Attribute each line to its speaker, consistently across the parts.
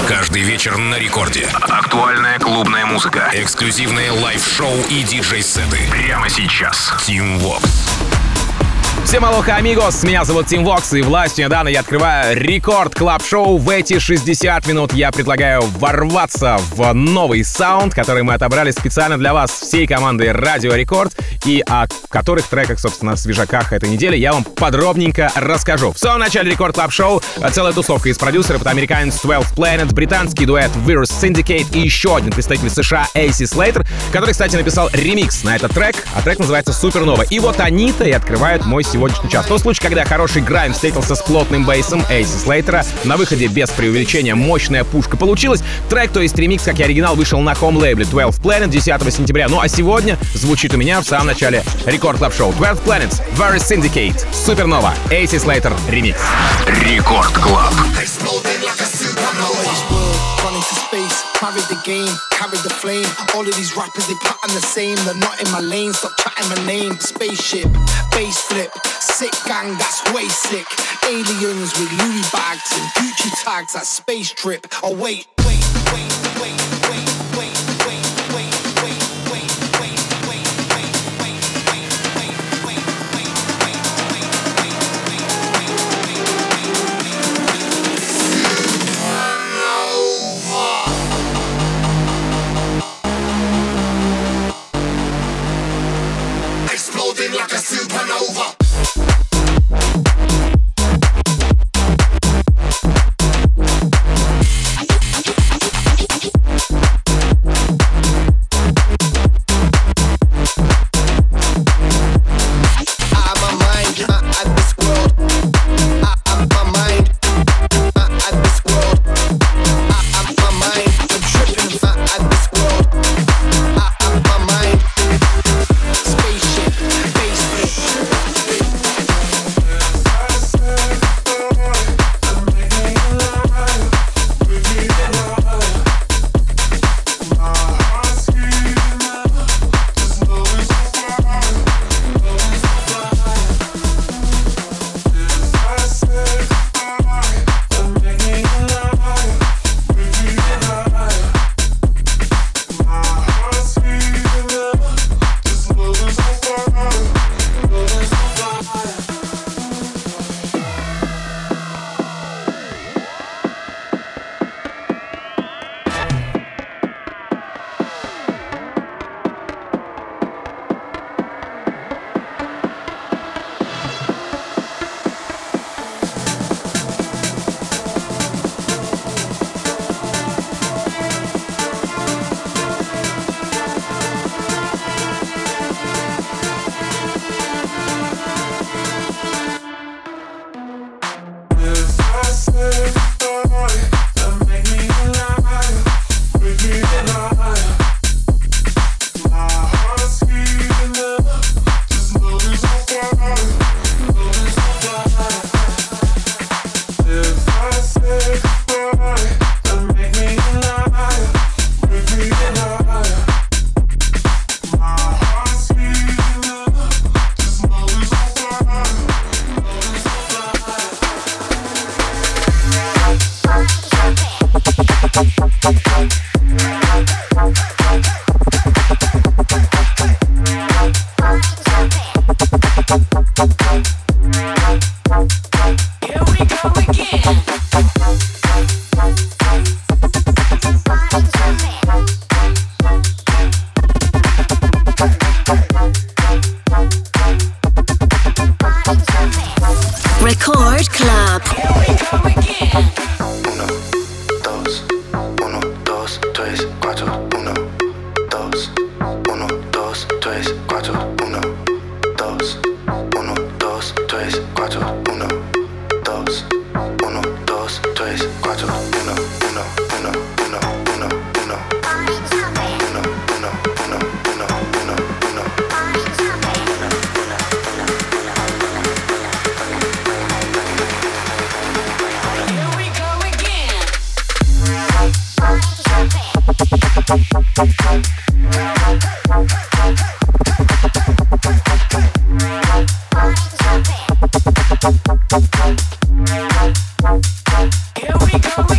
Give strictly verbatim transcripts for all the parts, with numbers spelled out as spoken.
Speaker 1: Каждый вечер на рекорде. Актуальная клубная музыка. Эксклюзивные лайв-шоу и диджей-сеты. Прямо сейчас. Team Vox.
Speaker 2: Всем алоха, амигос! Меня зовут Team Vox, и властью недавно я открываю Рекорд Клаб Шоу. В эти шестьдесят минут я предлагаю ворваться в новый саунд, который мы отобрали специально для вас всей командой Радио Рекорд, и о которых треках, собственно, свежаках этой недели я вам подробненько расскажу. В самом начале Рекорд Клаб Шоу целая тусовка из продюсеров. Это американец twelve Planet, британский дуэт Virus Syndicate и еще один представитель США Эйси Слейтер, который, кстати, написал ремикс на этот трек, а трек называется Супернова. И вот они-то и открывают мой сегодняшний час. Тот случай, когда хороший грайм встретился с плотным бейсом Эйси Слейтера. На выходе без преувеличения мощная пушка получилась. Трек, то есть ремикс, как и оригинал, вышел на хоум-лейбле twelve Planet десятого сентября. Ну а сегодня звучит у меня в самом начале Рекорд Клаб Шоу. twelve Planet, Virus Syndicate, Супернова, Эйси Слейтер ремикс.
Speaker 1: Рекорд Клаб.
Speaker 3: Married the game, carried the flame. All of these rappers, they pattern the same. They're not in my lane, stop chatting my name. Spaceship, bass flip, sick gang, that's way sick. Aliens with Louis bags and Gucci tags, that's space trip. Oh wait, wait, wait, wait, wait, wait, wait, wait, wait, wait, wait, wait, wait, wait, wait, wait, wait, like a supernova.
Speaker 4: Record Club.
Speaker 5: Here we go again.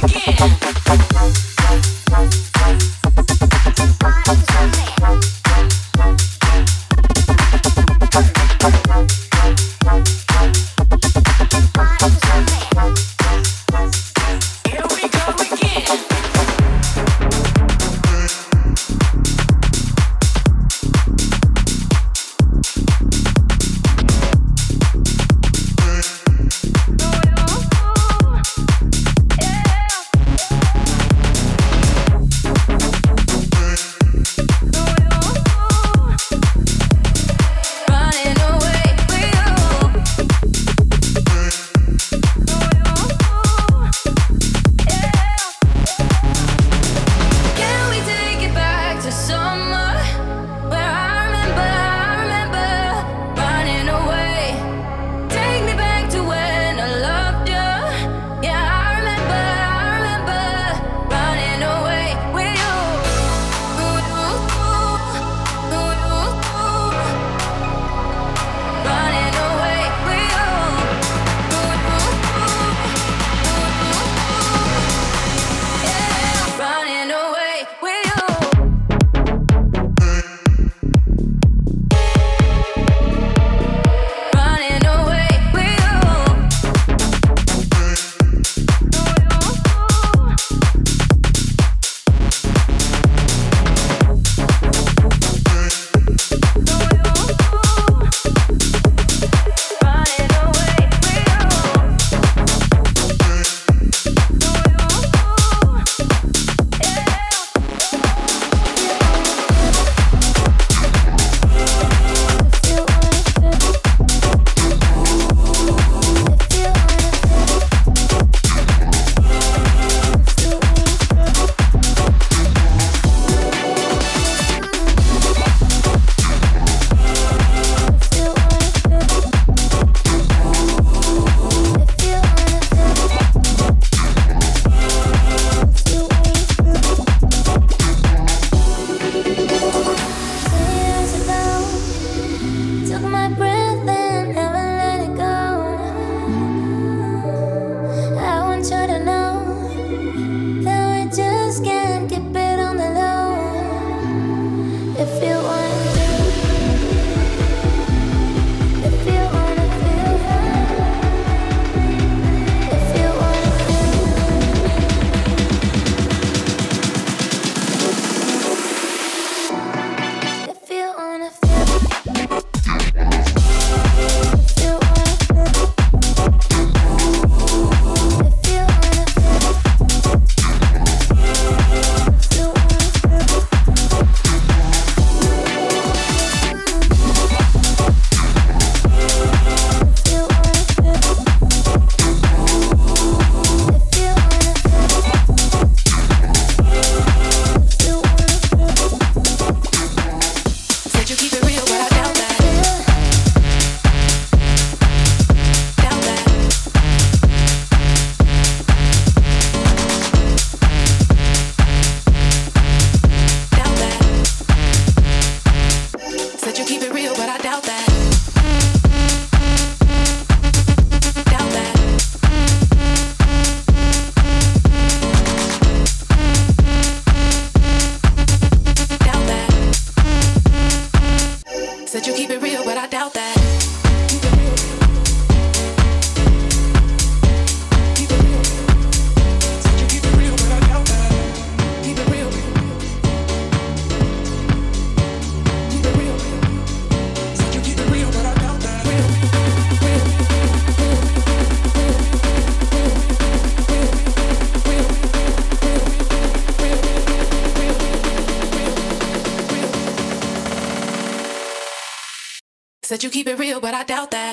Speaker 4: Said you keep it real, but I doubt that.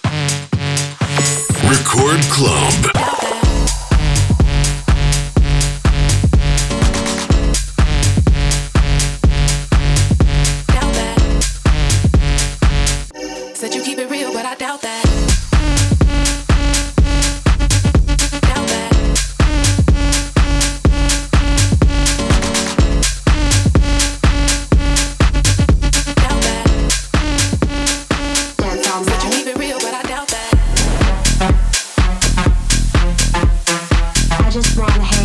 Speaker 1: Record Club.
Speaker 4: Doubt that. Doubt that. Said you keep it real, but I doubt that. Doubt that. Doubt that. Said you keep it real, but I doubt that.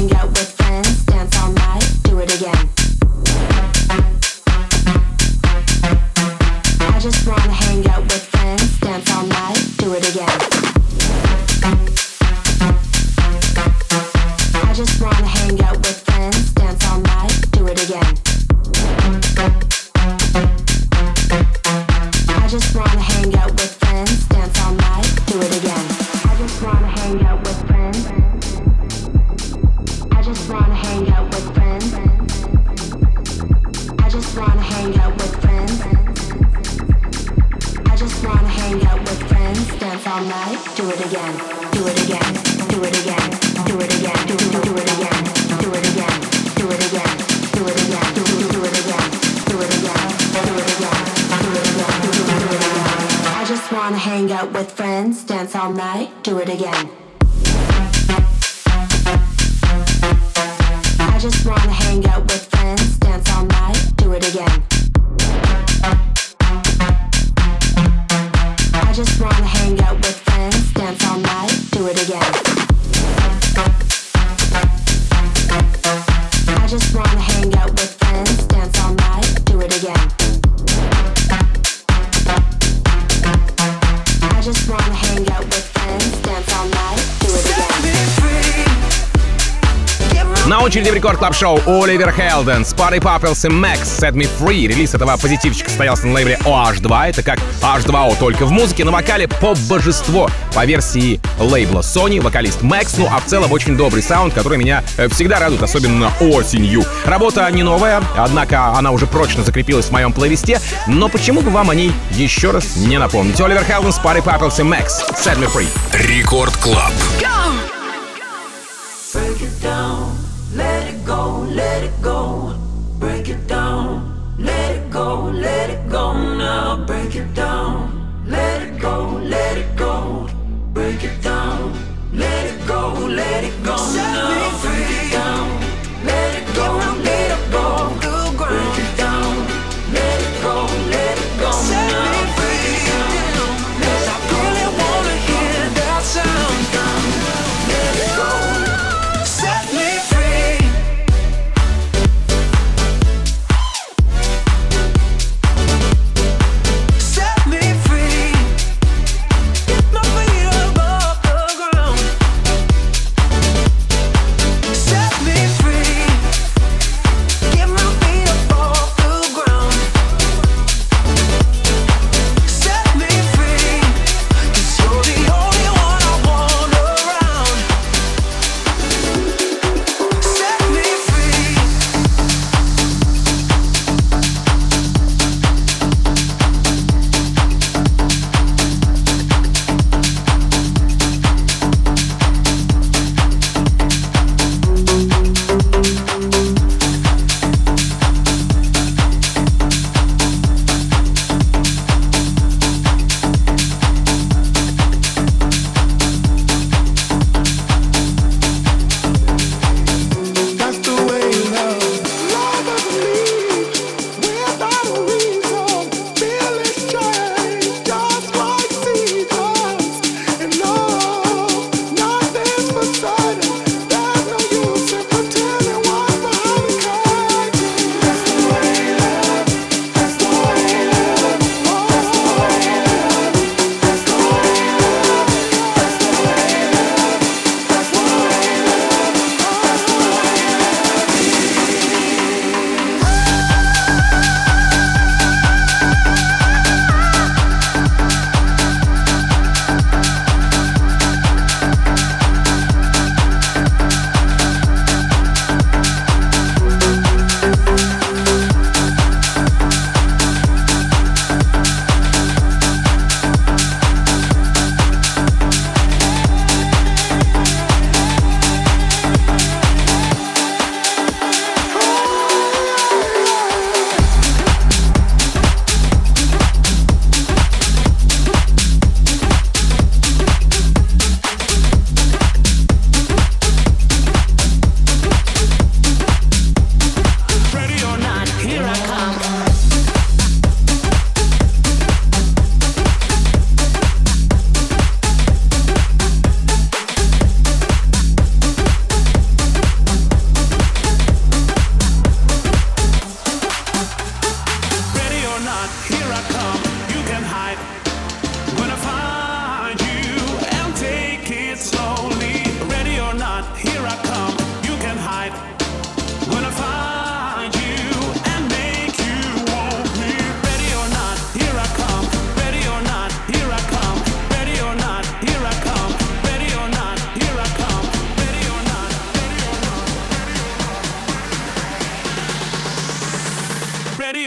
Speaker 2: На очереди в Рекорд Клаб Шоу Оливер Хелден, Party Popils и Max Set Me Free. Релиз этого позитивчика состоялся на лейбле о эйч два. Это как эйч два о, только в музыке. На вокале поп-божество по версии лейбла Sony, вокалист Max. Ну а в целом очень добрый саунд, который меня всегда радует, особенно осенью. Работа не новая, однако она уже прочно закрепилась в моем плейлисте. Но почему бы вам о ней еще раз не напомнить? Оливер Хелден, Party Popils и Max Set Me Free.
Speaker 1: Рекорд Клаб.
Speaker 5: Let it go, let it go, break it down. Let it go, let it go now, break it down. Let it go, let it go, break it down. Let it go, let it go now, break it down. Let it go, let it go, break it down. Let it go, let it go now, break it down. I really wanna hear that sound. Let it go, set me free. Set me free.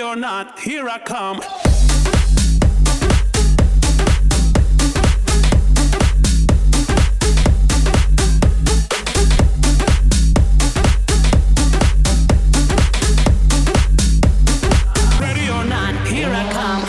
Speaker 6: or not, here I come. Ready or not, here I come.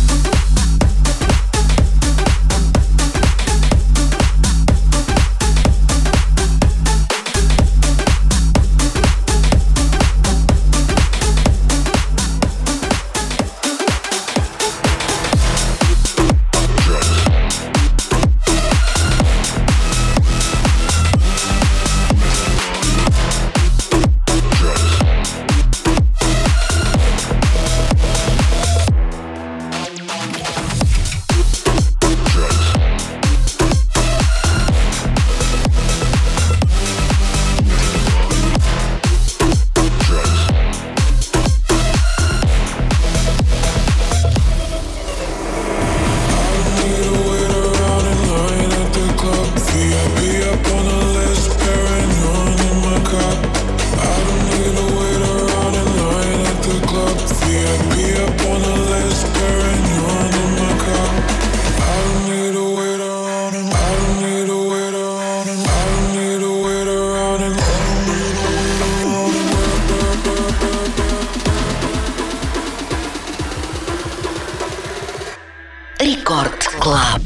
Speaker 7: Рекорд Клаб.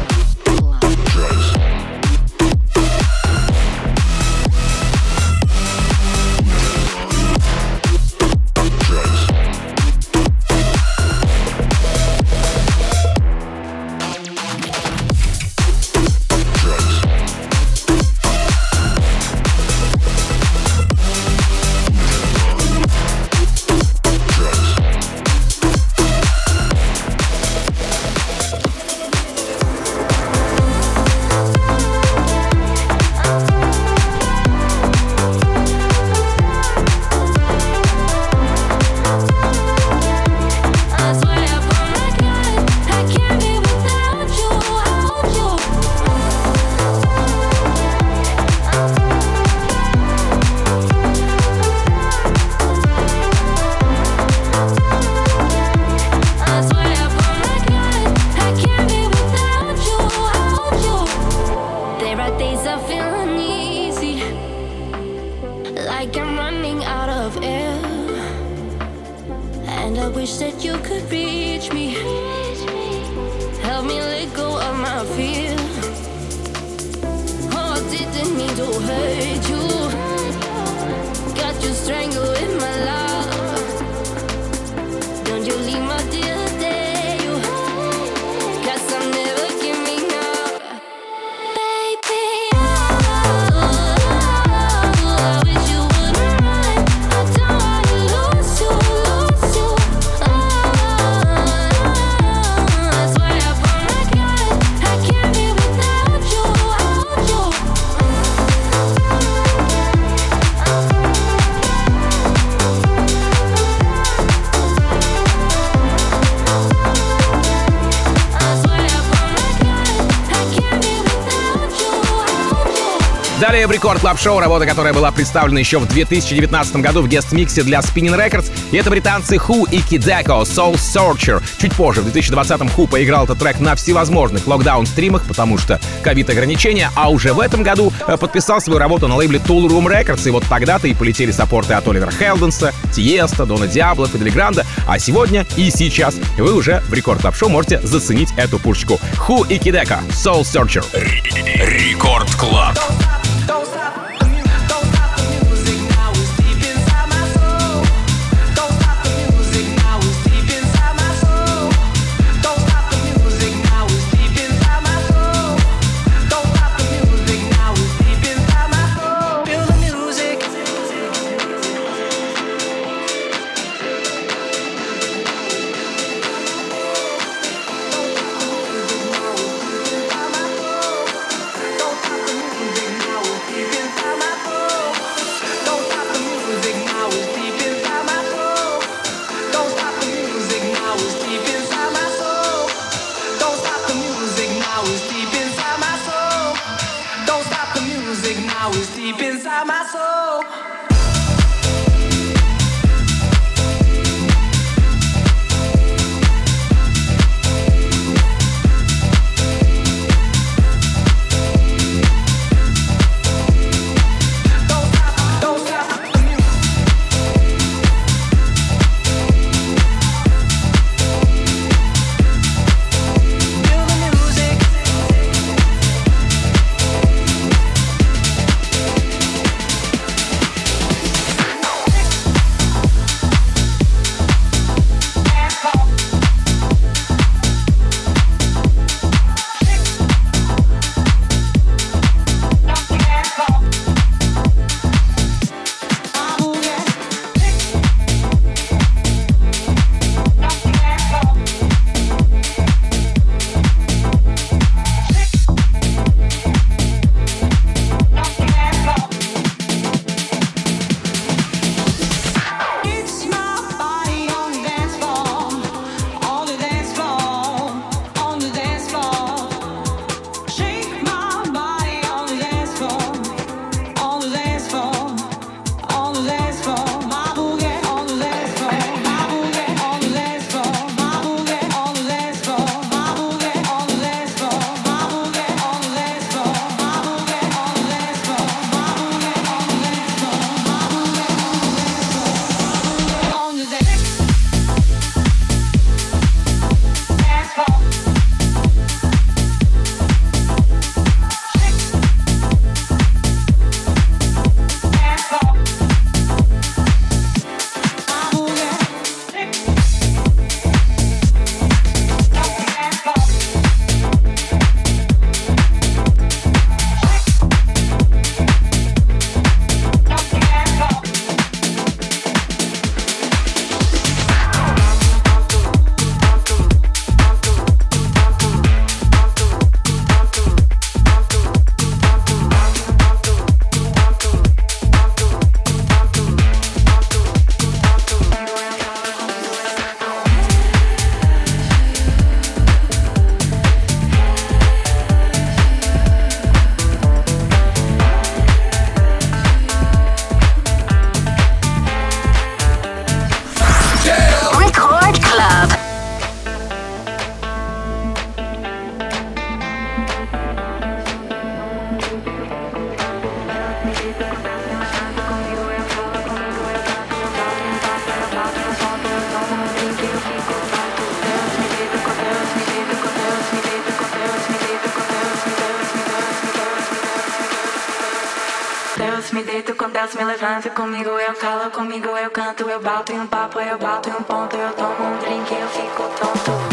Speaker 2: Далее в Рекорд Клаб Шоу работа, которая была представлена еще в две тысячи девятнадцатом году в гест-миксе для Spinning Records. И это британцы Who и Kideko, Soul Searcher. Чуть позже, в две тысячи двадцатом, Who поиграл этот трек на всевозможных локдаун-стримах, потому что ковид-ограничения, а уже в этом году подписал свою работу на лейбле Tool Room Records. И вот тогда-то и полетели саппорты от Оливера Хелденса, Тиеста, Дона Диабло, Фидели Гранда. А сегодня и сейчас вы уже в Рекорд Клаб Шоу можете заценить эту пушечку. Who и Kideko, Soul Searcher.
Speaker 1: Рекорд Клаб.
Speaker 5: Don't stop the music, don't stop the music now, it's deep inside my soul. Don't stop the music now, it's deep inside my soul. Don't stop the music now, it's deep inside my soul. Don't stop the music now, it's deep inside my soul. Feel the music. Deep inside my soul. me deito com Deus, me levanto. Comigo eu calo, comigo eu canto. Eu bato em um papo, eu bato em um ponto. Eu tomo um drink, eu fico tonto.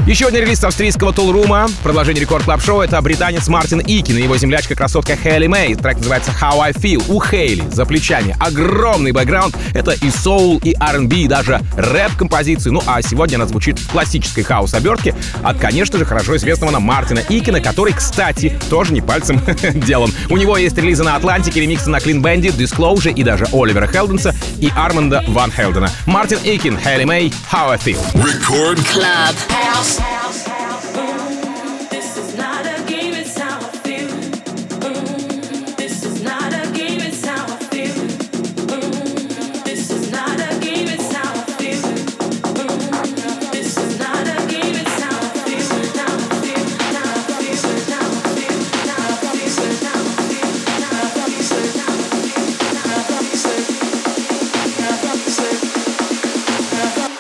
Speaker 2: Еще один релиз австрийского Toolroom. Продолжение Рекорд Клаб Шоу — это британец Мартин Икин и его землячка-красотка Хейли Мэй. Трек называется How I Feel. У Хейли за плечами огромный бэкграунд. Это и соул, и ар энд би, и даже рэп-композиции. Ну а сегодня она звучит в классической хаус-обертке от, конечно же, хорошо известного нам Мартина Икина, который, кстати, тоже не пальцем делан. У него есть релизы на Атлантике, ремиксы на Clean Bandit, Disclosure и даже Оливера Хелденса и Арманда Ван Хелдена. Мартин Икин, Хейли Мэй, How I Feel.
Speaker 7: Record Club.
Speaker 5: House. Mm, this is not a game, it's how I feel. Mm, this is not a game, it's how I feel. Mm, this is not a game, it's how I feel. Mm, this is not a game, it's how I feel. Now I feel, now I feel, now I feel, now I feel, now I feel, now I feel, now I feel, now I feel, now I feel.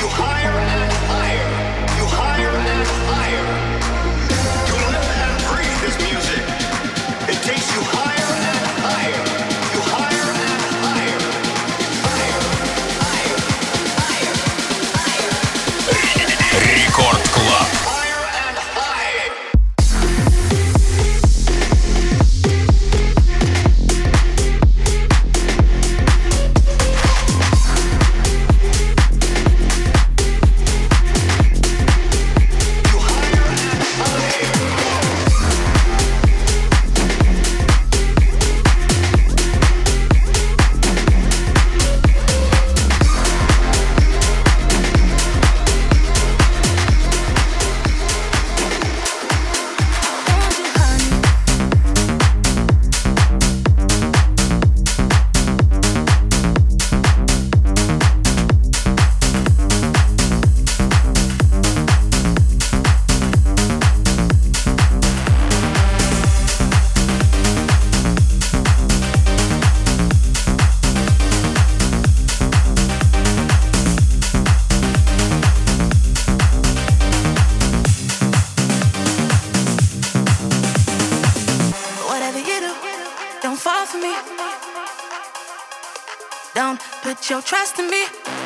Speaker 4: Put your trust in me.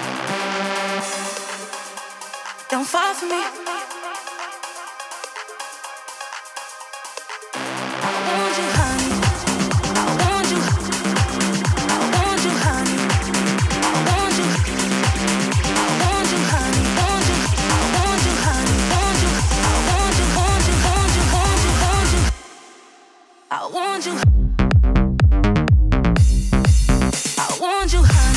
Speaker 4: Don't fall for me. I want you, honey. I want you. I want you, honey. I want you. I want you, honey. Want you. I want you, honey. Want you. I want you. Want you. Want you. Want you. Want you. I want you. I want you, honey.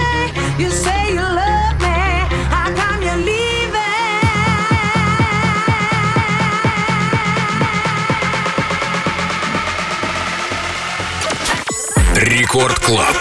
Speaker 5: You say you love me, how come you're leaving?
Speaker 1: Рекорд Клаб.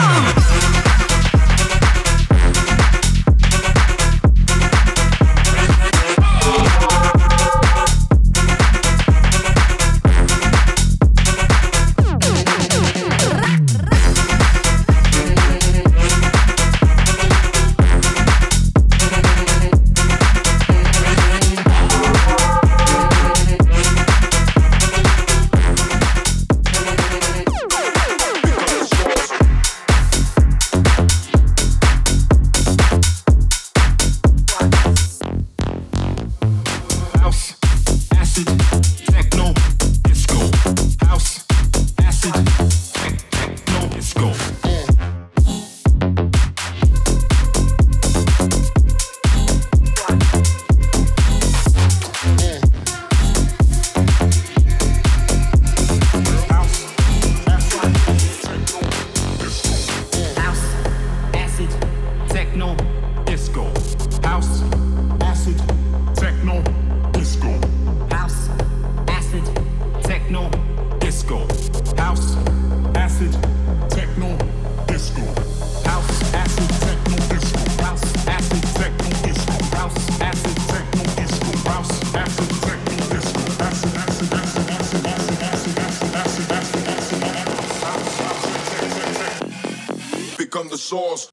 Speaker 8: Become the source.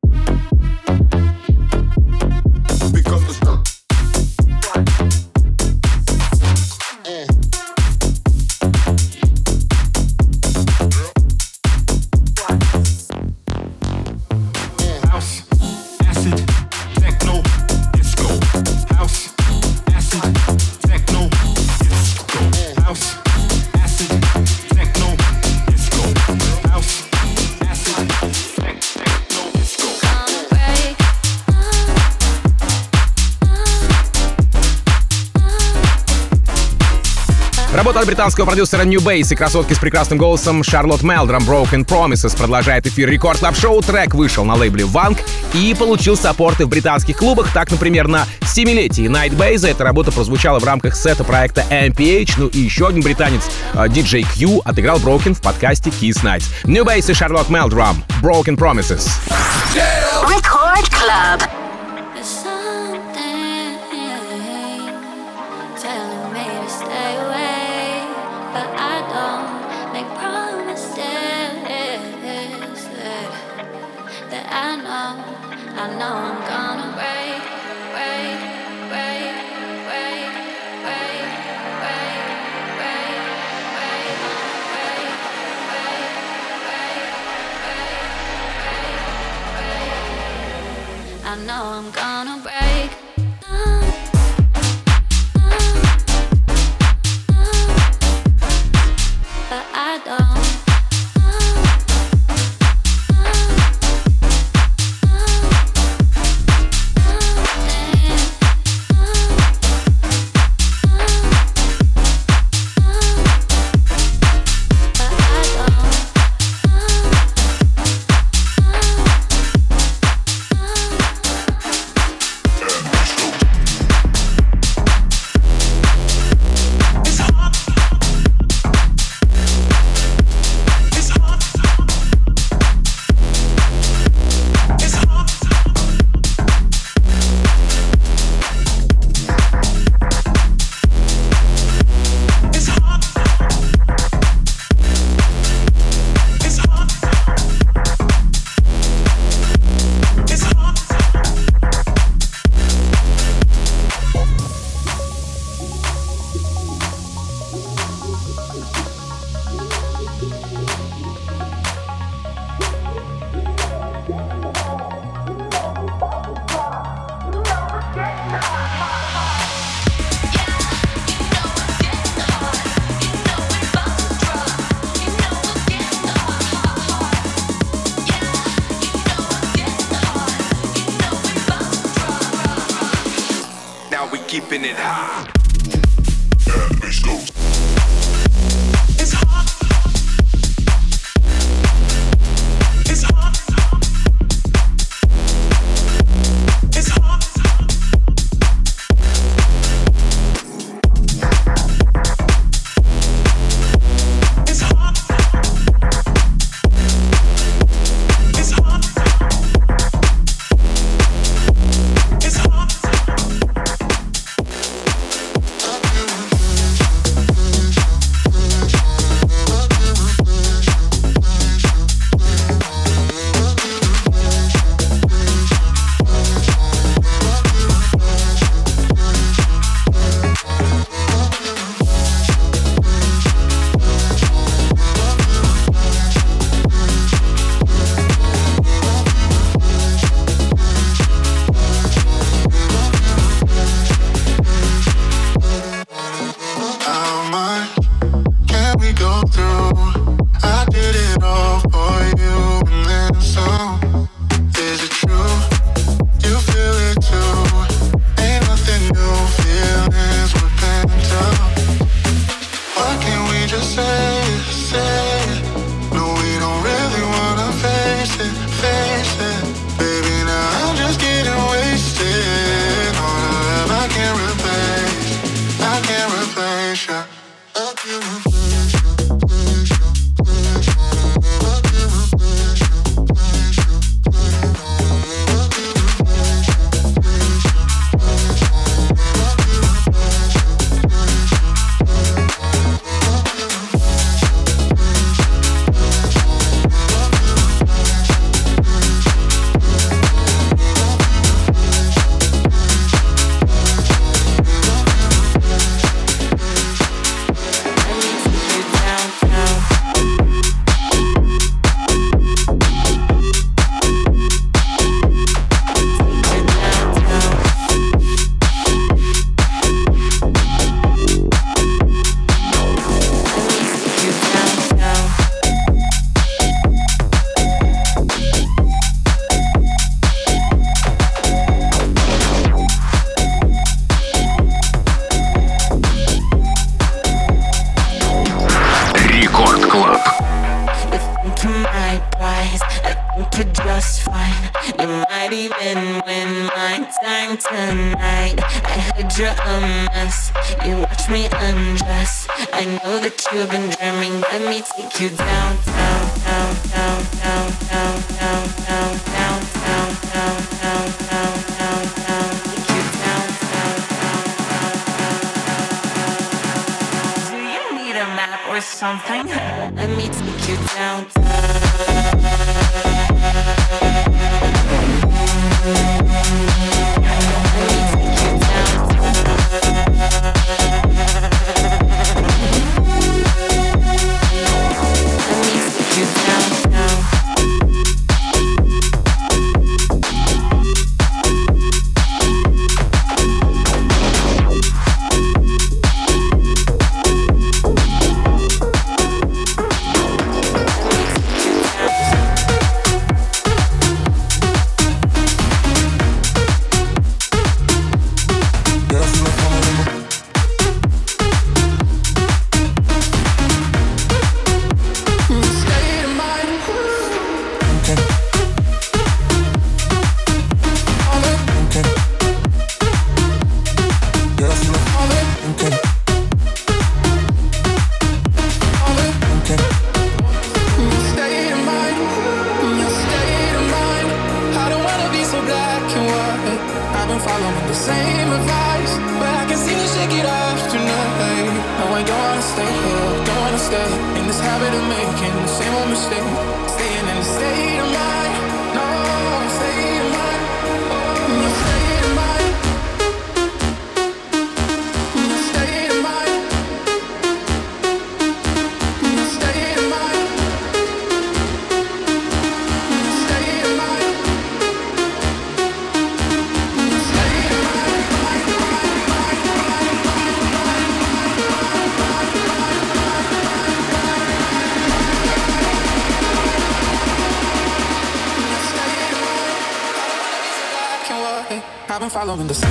Speaker 2: Работа от британского продюсера New Bass и красотки с прекрасным голосом Шарлотт Мелдром Broken Promises продолжает эфир Рекорд Клаб Шоу. Трек вышел на лейбле Vang и получил саппорты в британских клубах. Так, например, на семилетии Nightbase эта работа прозвучала в рамках сета проекта эм пи эйч. Ну и еще один британец, диджей Q, отыграл Broken в подкасте Kiss Nights. New Bass и Шарлотт Мелдром Broken Promises.
Speaker 7: Record Club.
Speaker 4: I know I'm gonna break. But I don't.
Speaker 8: Keeping it high.
Speaker 4: down tonight. I heard you're a mess. You watch me undress. I know that you've been dreaming. Let me take you down, down, down, down, down, down, down, down, down, down, down, down, down, down, down. Take you down, down, down, down, down. Do you need a map or something? Let me take you down,
Speaker 9: I've been following the sun.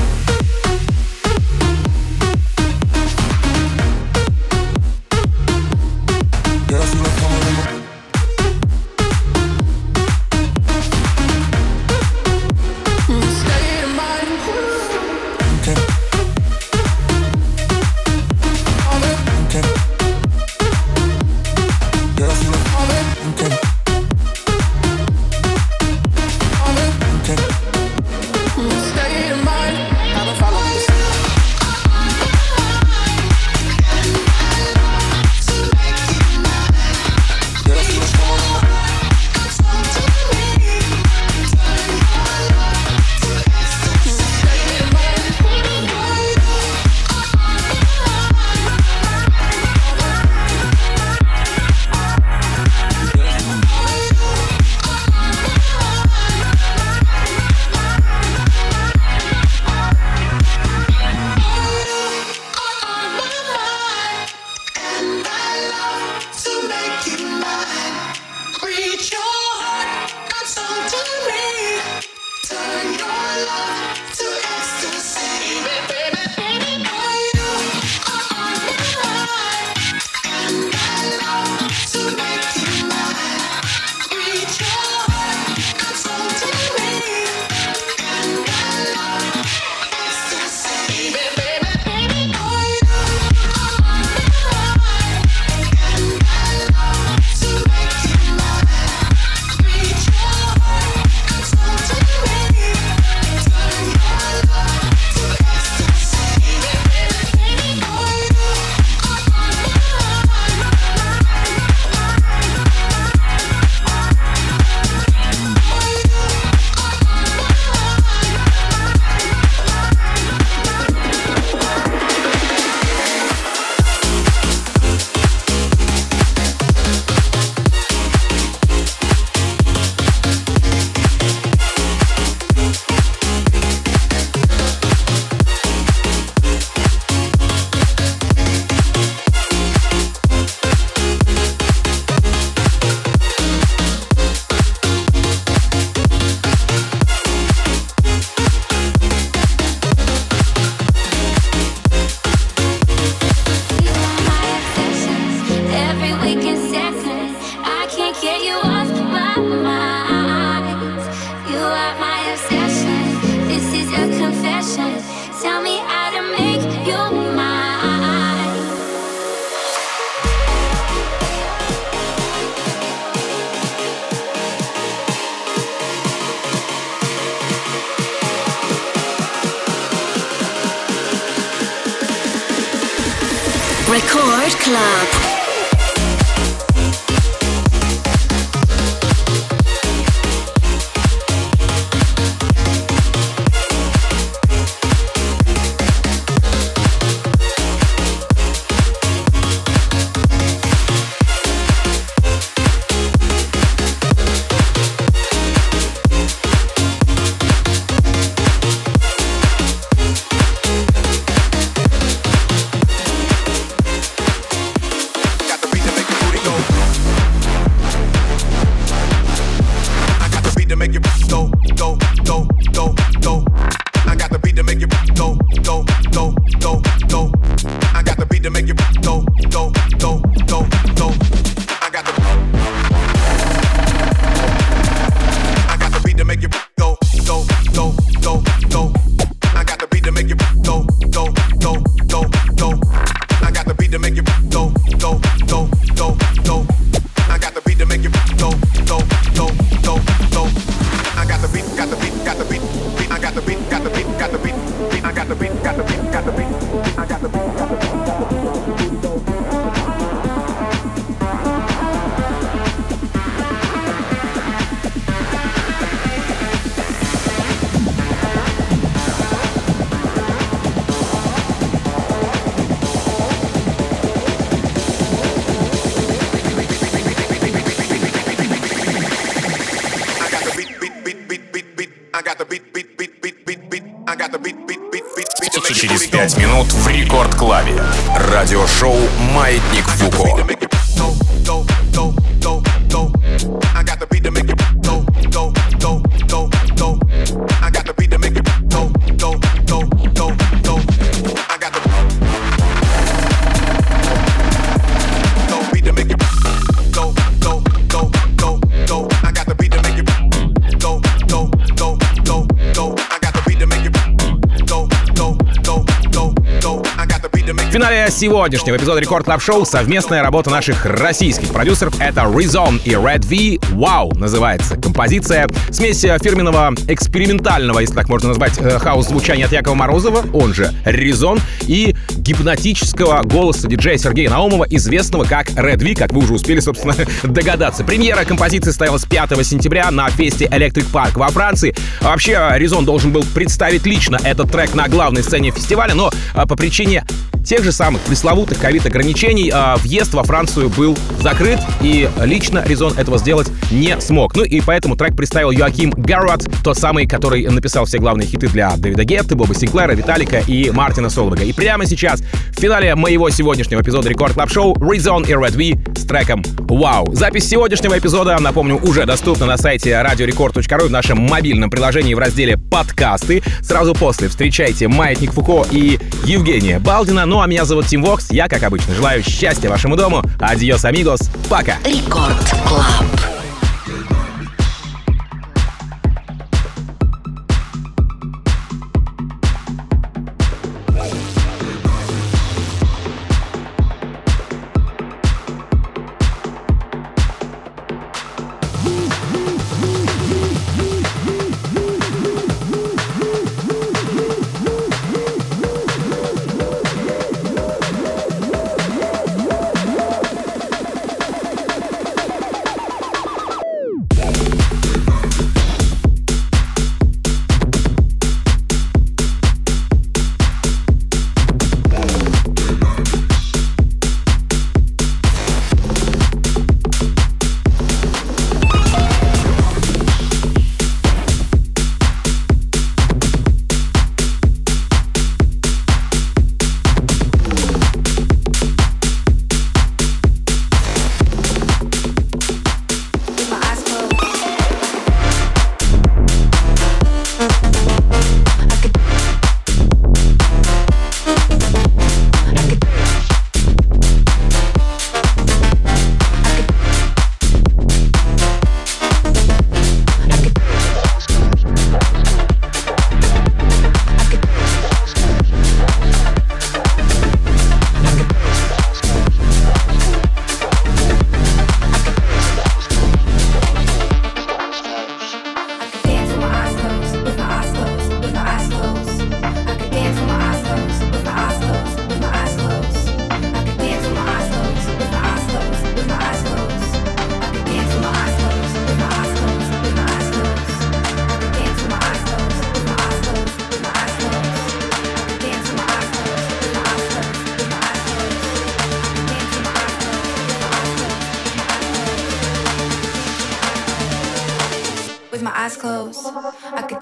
Speaker 7: Record Club.
Speaker 1: Через пять минут в Рекорд Клабе. Радиошоу «Маятник Фуко».
Speaker 2: В финале сегодняшнего эпизода Рекорд Клаб Шоу совместная работа наших российских продюсеров. Это Резон и Red V. Вау называется композиция. Смесь фирменного экспериментального, если так можно назвать, хаус-звучания от Якова Морозова, он же Резон, и гипнотического голоса диджея Сергея Наумова, известного как Red V, как вы уже успели, собственно, догадаться. Премьера композиции состоялась пятого сентября на фесте Electric Park во Франции. А вообще, Резон должен был представить лично этот трек на главной сцене фестиваля, но по причине тех же самых пресловутых ковид-ограничений э, въезд во Францию был закрыт, и лично Резон этого сделать не смог. Ну и поэтому трек представил Йоаким Гаррот, тот самый, который написал все главные хиты для Дэвида Гетты, Боба Синклера, Виталика и Мартина Солвега. И прямо сейчас, в финале моего сегодняшнего эпизода Рекорд Клаб Шоу, Резон и Red V с треком «Вау». Запись сегодняшнего эпизода, напомню, уже доступна на сайте радио рекорд точка ру в нашем мобильном приложении в разделе «Подкасты». Сразу после встречайте Маятник Фуко и Евгения Балдина. Ну а меня зовут Тим Вокс. Я, как обычно, желаю счастья вашему дому. Адьос, амигос. Пока.
Speaker 7: Рекорд Клаб.
Speaker 4: eyes closed, I could.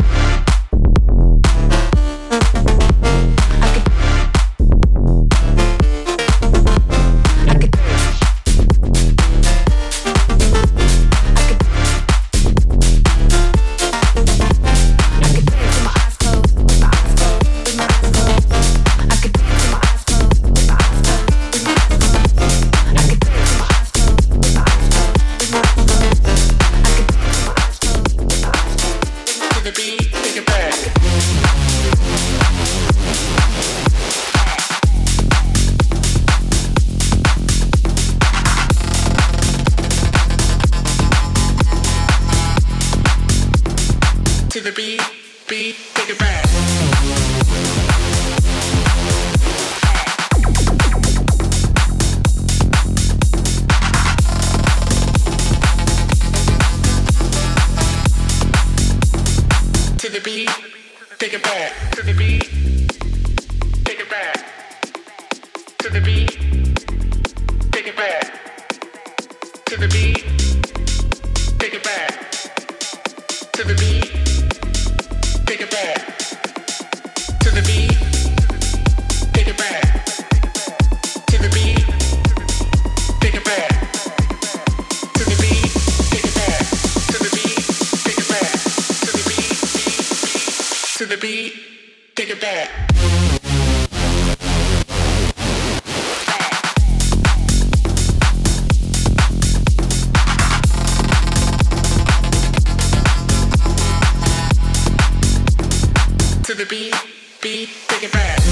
Speaker 9: To the beat, beat, take it back.